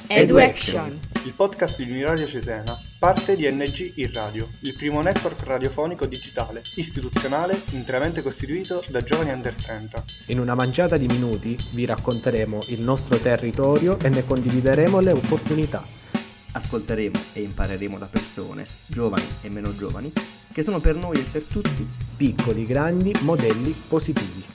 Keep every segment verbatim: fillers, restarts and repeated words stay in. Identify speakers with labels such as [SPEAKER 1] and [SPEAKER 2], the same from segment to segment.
[SPEAKER 1] EduAction,
[SPEAKER 2] il podcast di Uniradio Cesena, parte di N G in Radio, il primo network radiofonico digitale, istituzionale, interamente costituito da giovani under trenta.
[SPEAKER 3] In una manciata di minuti vi racconteremo il nostro territorio e ne condivideremo le opportunità.
[SPEAKER 4] Ascolteremo e impareremo da persone, giovani e meno giovani, che sono per noi e per tutti
[SPEAKER 3] piccoli, grandi, modelli positivi.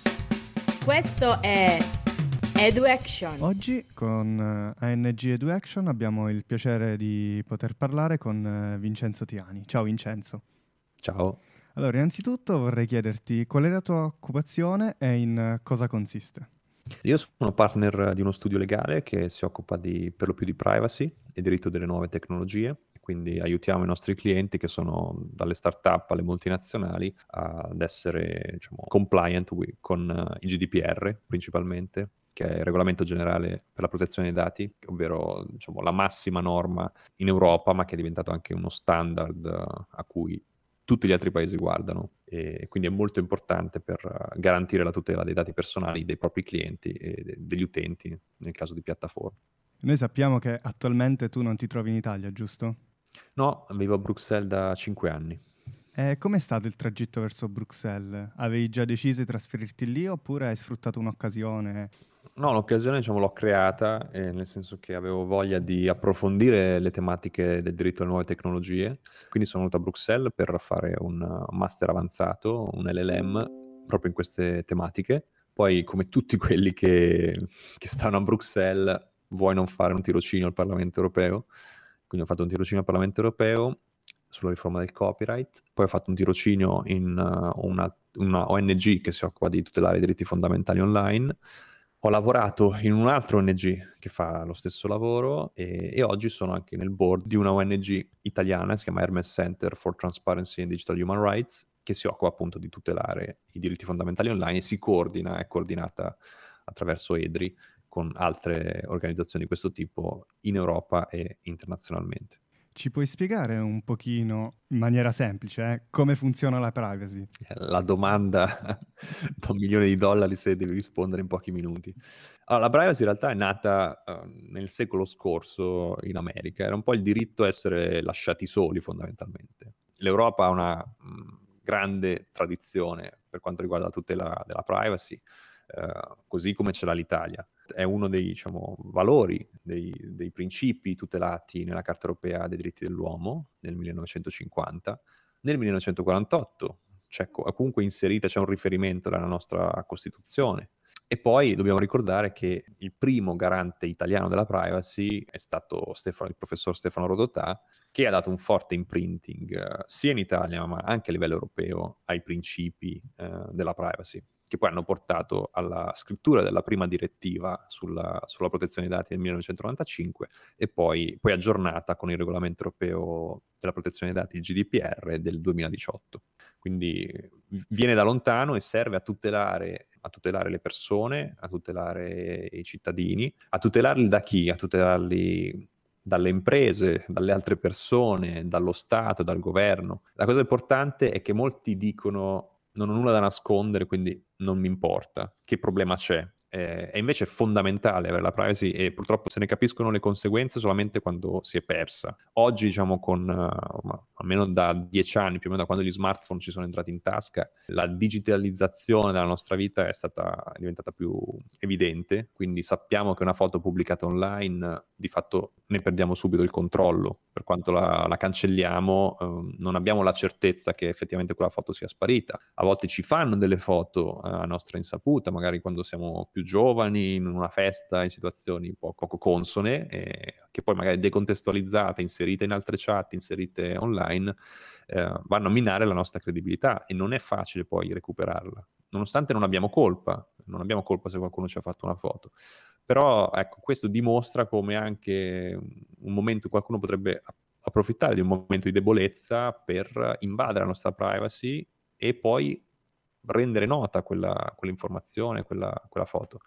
[SPEAKER 1] Questo è EduAction.
[SPEAKER 5] Oggi con A N G EduAction abbiamo il piacere di poter parlare con Vincenzo Tiani. Ciao Vincenzo.
[SPEAKER 6] Ciao.
[SPEAKER 5] Allora, innanzitutto vorrei chiederti qual è la tua occupazione e in cosa consiste.
[SPEAKER 6] Io sono partner di uno studio legale che si occupa di, per lo più di privacy e diritto delle nuove tecnologie, quindi aiutiamo i nostri clienti che sono dalle start-up alle multinazionali ad essere, diciamo, compliant con il G D P R principalmente, che è il regolamento generale per la protezione dei dati, ovvero, diciamo, la massima norma in Europa, ma che è diventato anche uno standard a cui tutti gli altri paesi guardano, e quindi è molto importante per garantire la tutela dei dati personali dei propri clienti e degli utenti nel caso di piattaforme.
[SPEAKER 5] Noi sappiamo che attualmente tu non ti trovi in Italia, giusto?
[SPEAKER 6] No, vivo a Bruxelles da cinque anni.
[SPEAKER 5] E com'è stato il tragitto verso Bruxelles? Avevi già deciso di trasferirti lì oppure hai sfruttato un'occasione?
[SPEAKER 6] No, l'occasione, diciamo, l'ho creata, eh, nel senso che avevo voglia di approfondire le tematiche del diritto alle nuove tecnologie, quindi sono venuto a Bruxelles per fare un master avanzato, un L L M, proprio in queste tematiche. Poi, come tutti quelli che, che stanno a Bruxelles, vuoi non fare un tirocinio al Parlamento Europeo, quindi ho fatto un tirocinio al Parlamento Europeo sulla riforma del copyright, poi ho fatto un tirocinio in uh, una, una O N G che si occupa di tutelare i diritti fondamentali online. Ho lavorato in un altro O N G che fa lo stesso lavoro e, e oggi sono anche nel board di una O N G italiana, si chiama Hermes Center for Transparency and Digital Human Rights, che si occupa appunto di tutelare i diritti fondamentali online e si coordina, è coordinata attraverso E D R I con altre organizzazioni di questo tipo in Europa e internazionalmente.
[SPEAKER 5] Ci puoi spiegare un pochino, in maniera semplice, eh, come funziona la privacy?
[SPEAKER 6] La domanda da un milione di dollari se devi rispondere in pochi minuti. Allora, la privacy in realtà è nata uh, nel secolo scorso in America. Era un po' il diritto a essere lasciati soli, fondamentalmente. L'Europa ha una mh, grande tradizione per quanto riguarda la tutela della privacy, uh, così come ce l'ha l'Italia. È uno dei, diciamo, valori, dei, dei principi tutelati nella Carta Europea dei diritti dell'uomo nel millenovecentocinquanta. Nel millenovecentoquarantotto c'è comunque inserita, c'è un riferimento alla nostra Costituzione. E poi dobbiamo ricordare che il primo garante italiano della privacy è stato Stefano, il professor Stefano Rodotà, che ha dato un forte imprinting eh, sia in Italia ma anche a livello europeo ai principi eh, della privacy, che poi hanno portato alla scrittura della prima direttiva sulla, sulla protezione dei dati del millenovecentonovantacinque e poi, poi aggiornata con il regolamento europeo della protezione dei dati, il G D P R, del duemiladiciotto. Quindi viene da lontano e serve a tutelare, a tutelare le persone, a tutelare i cittadini, a tutelarli da chi? A tutelarli dalle imprese, dalle altre persone, dallo Stato, dal governo. La cosa importante è che molti dicono non ho nulla da nascondere, quindi non mi importa. Che problema c'è? Eh, è invece fondamentale avere la privacy e purtroppo se ne capiscono le conseguenze solamente quando si è persa. Oggi, diciamo, con uh, almeno da dieci anni, più o meno da quando gli smartphone ci sono entrati in tasca, la digitalizzazione della nostra vita è stata è diventata più evidente, quindi sappiamo che una foto pubblicata online di fatto ne perdiamo subito il controllo. Per quanto la, la cancelliamo, eh, non abbiamo la certezza che effettivamente quella foto sia sparita. A volte ci fanno delle foto a nostra insaputa, magari quando siamo più giovani, in una festa, in situazioni poco consone, eh, che poi magari decontestualizzate, inserite in altre chat, inserite online, eh, vanno a minare la nostra credibilità e non è facile poi recuperarla. Nonostante non abbiamo colpa, non abbiamo colpa se qualcuno ci ha fatto una foto. Però ecco, questo dimostra come anche un momento qualcuno potrebbe approfittare di un momento di debolezza per invadere la nostra privacy e poi rendere nota quella, quell'informazione, quella, quella foto.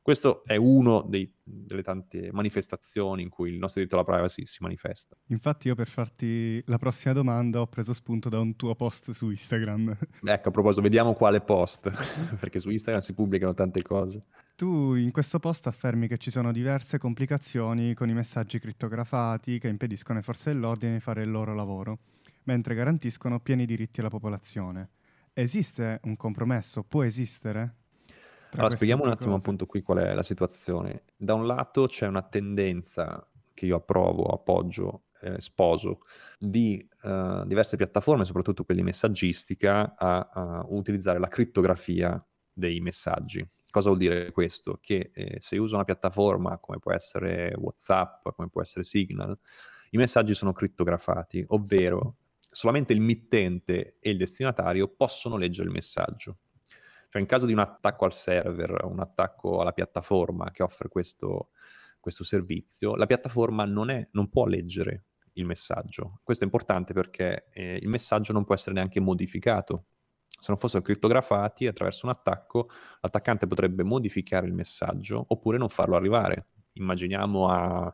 [SPEAKER 6] Questo è uno dei, delle tante manifestazioni in cui il nostro diritto alla privacy si manifesta.
[SPEAKER 5] Infatti io per farti la prossima domanda ho preso spunto da un tuo post su Instagram.
[SPEAKER 6] Ecco, a proposito, vediamo quale post, perché su Instagram si pubblicano tante cose.
[SPEAKER 5] Tu in questo post affermi che ci sono diverse complicazioni con i messaggi crittografati che impediscono ai forze dell'ordine di fare il loro lavoro, mentre garantiscono pieni diritti alla popolazione. Esiste un compromesso? Può esistere?
[SPEAKER 6] Allora, spieghiamo un attimo cose. appunto qui qual è la situazione. Da un lato c'è una tendenza che io approvo, appoggio, eh, sposo, di uh, diverse piattaforme, soprattutto quelle di messaggistica, a, a utilizzare la crittografia dei messaggi. Cosa vuol dire questo? Che eh, se io uso una piattaforma come può essere WhatsApp, come può essere Signal, i messaggi sono crittografati, ovvero solamente il mittente e il destinatario possono leggere il messaggio. Cioè in caso di un attacco al server, un attacco alla piattaforma che offre questo, questo servizio, la piattaforma non, è, non può leggere il messaggio. Questo è importante perché eh, il messaggio non può essere neanche modificato. Se non fossero crittografati, attraverso un attacco, l'attaccante potrebbe modificare il messaggio oppure non farlo arrivare. Immaginiamo a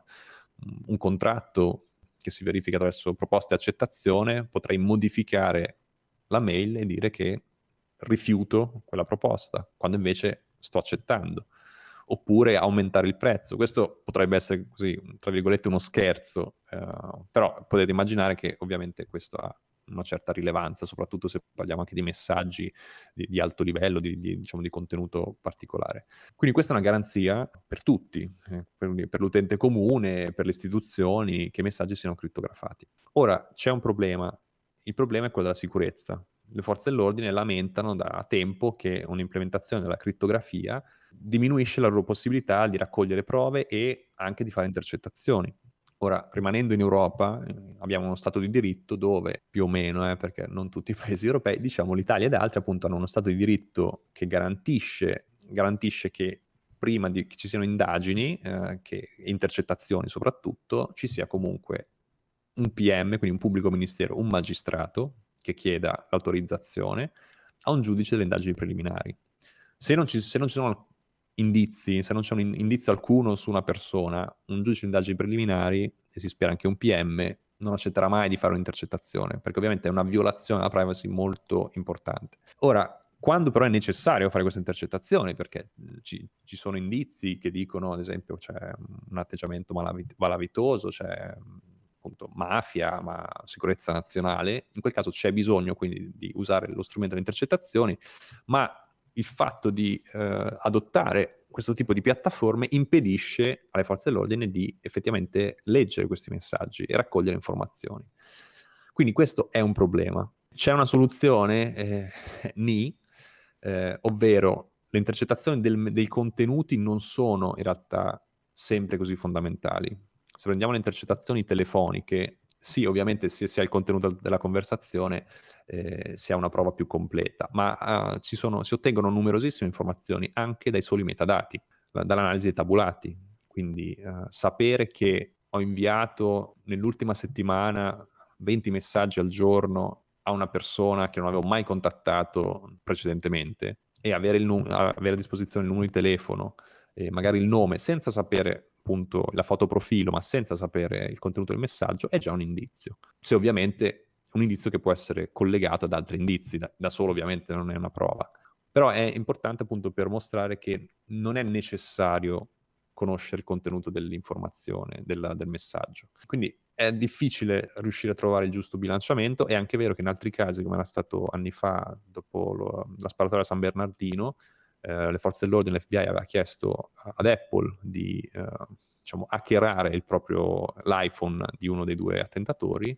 [SPEAKER 6] un contratto che si verifica attraverso proposta e accettazione, potrei modificare la mail e dire che rifiuto quella proposta, quando invece sto accettando. Oppure aumentare il prezzo. Questo potrebbe essere così, tra virgolette, uno scherzo, eh, però potete immaginare che ovviamente questo ha una certa rilevanza, soprattutto se parliamo anche di messaggi di, di alto livello, di, di, diciamo, di contenuto particolare. Quindi questa è una garanzia per tutti, eh, per, per l'utente comune, per le istituzioni, che i messaggi siano crittografati. Ora, c'è un problema. Il problema è quello della sicurezza. Le forze dell'ordine lamentano da tempo che un'implementazione della crittografia diminuisce la loro possibilità di raccogliere prove e anche di fare intercettazioni. Ora, rimanendo in Europa, eh, abbiamo uno Stato di diritto dove, più o meno, eh, perché non tutti i paesi europei, diciamo l'Italia ed altri appunto hanno uno Stato di diritto che garantisce, garantisce che prima di che ci siano indagini, eh, che intercettazioni soprattutto, ci sia comunque un P M, quindi un pubblico ministero, un magistrato, che chieda l'autorizzazione a un giudice delle indagini preliminari. Se non ci, se non ci sono indizi, se non c'è un indizio alcuno su una persona, un giudice di indagini preliminari, e si spera anche un P M, non accetterà mai di fare un'intercettazione, perché ovviamente è una violazione della privacy molto importante. Ora, quando però è necessario fare queste intercettazioni, perché ci, ci sono indizi che dicono, ad esempio, c'è un atteggiamento malavit- malavitoso, c'è appunto mafia, ma sicurezza nazionale, in quel caso c'è bisogno quindi di usare lo strumento delle intercettazioni, ma il fatto di eh, adottare questo tipo di piattaforme impedisce alle forze dell'ordine di effettivamente leggere questi messaggi e raccogliere informazioni. Quindi questo è un problema. C'è una soluzione, eh, N I, eh, ovvero le intercettazioni del, dei contenuti non sono in realtà sempre così fondamentali. Se prendiamo le intercettazioni telefoniche, sì, ovviamente se si ha il contenuto della conversazione eh, si ha una prova più completa, ma uh, ci sono, si ottengono numerosissime informazioni anche dai soli metadati, dall'analisi dei tabulati. Quindi uh, sapere che ho inviato nell'ultima settimana venti messaggi al giorno a una persona che non avevo mai contattato precedentemente e avere, il num- avere a disposizione il numero di telefono e magari il nome senza sapere appunto la fotoprofilo, ma senza sapere il contenuto del messaggio, è già un indizio. Se ovviamente un indizio che può essere collegato ad altri indizi, da, da solo ovviamente non è una prova. Però è importante appunto per mostrare che non è necessario conoscere il contenuto dell'informazione, del, del messaggio. Quindi è difficile riuscire a trovare il giusto bilanciamento. È anche vero che in altri casi, come era stato anni fa, dopo lo, la sparatoria a San Bernardino, Uh, le forze dell'ordine, l'F B I aveva chiesto ad Apple di uh, diciamo, hackerare il proprio l'iPhone di uno dei due attentatori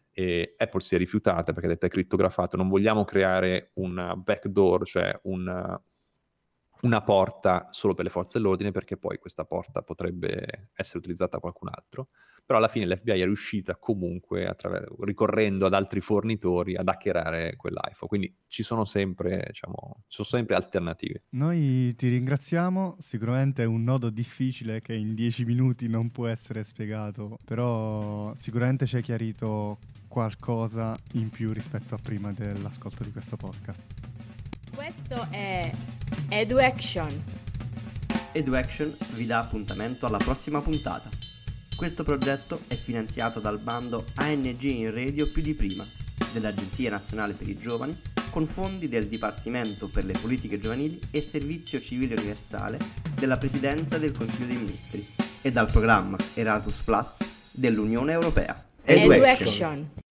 [SPEAKER 6] e Apple si è rifiutata perché ha detto è crittografato, non vogliamo creare una backdoor, cioè una, una porta solo per le forze dell'ordine, perché poi questa porta potrebbe essere utilizzata da qualcun altro. Però alla fine l'F B I è riuscita comunque, attraver- ricorrendo ad altri fornitori, ad hackerare quell'iPhone. Quindi ci sono sempre, diciamo, ci sono sempre alternative.
[SPEAKER 5] Noi ti ringraziamo, sicuramente è un nodo difficile che in dieci minuti non può essere spiegato, però sicuramente ci hai chiarito qualcosa in più rispetto a prima dell'ascolto di questo podcast.
[SPEAKER 1] Questo è Edu Action.
[SPEAKER 4] EduAction vi dà appuntamento alla prossima puntata. Questo progetto è finanziato dal bando A N G in Radio più di prima dell'Agenzia Nazionale per i Giovani, con fondi del Dipartimento per le Politiche Giovanili e Servizio Civile Universale della Presidenza del Consiglio dei Ministri e dal programma Erasmus Plus dell'Unione Europea.
[SPEAKER 1] EduAction.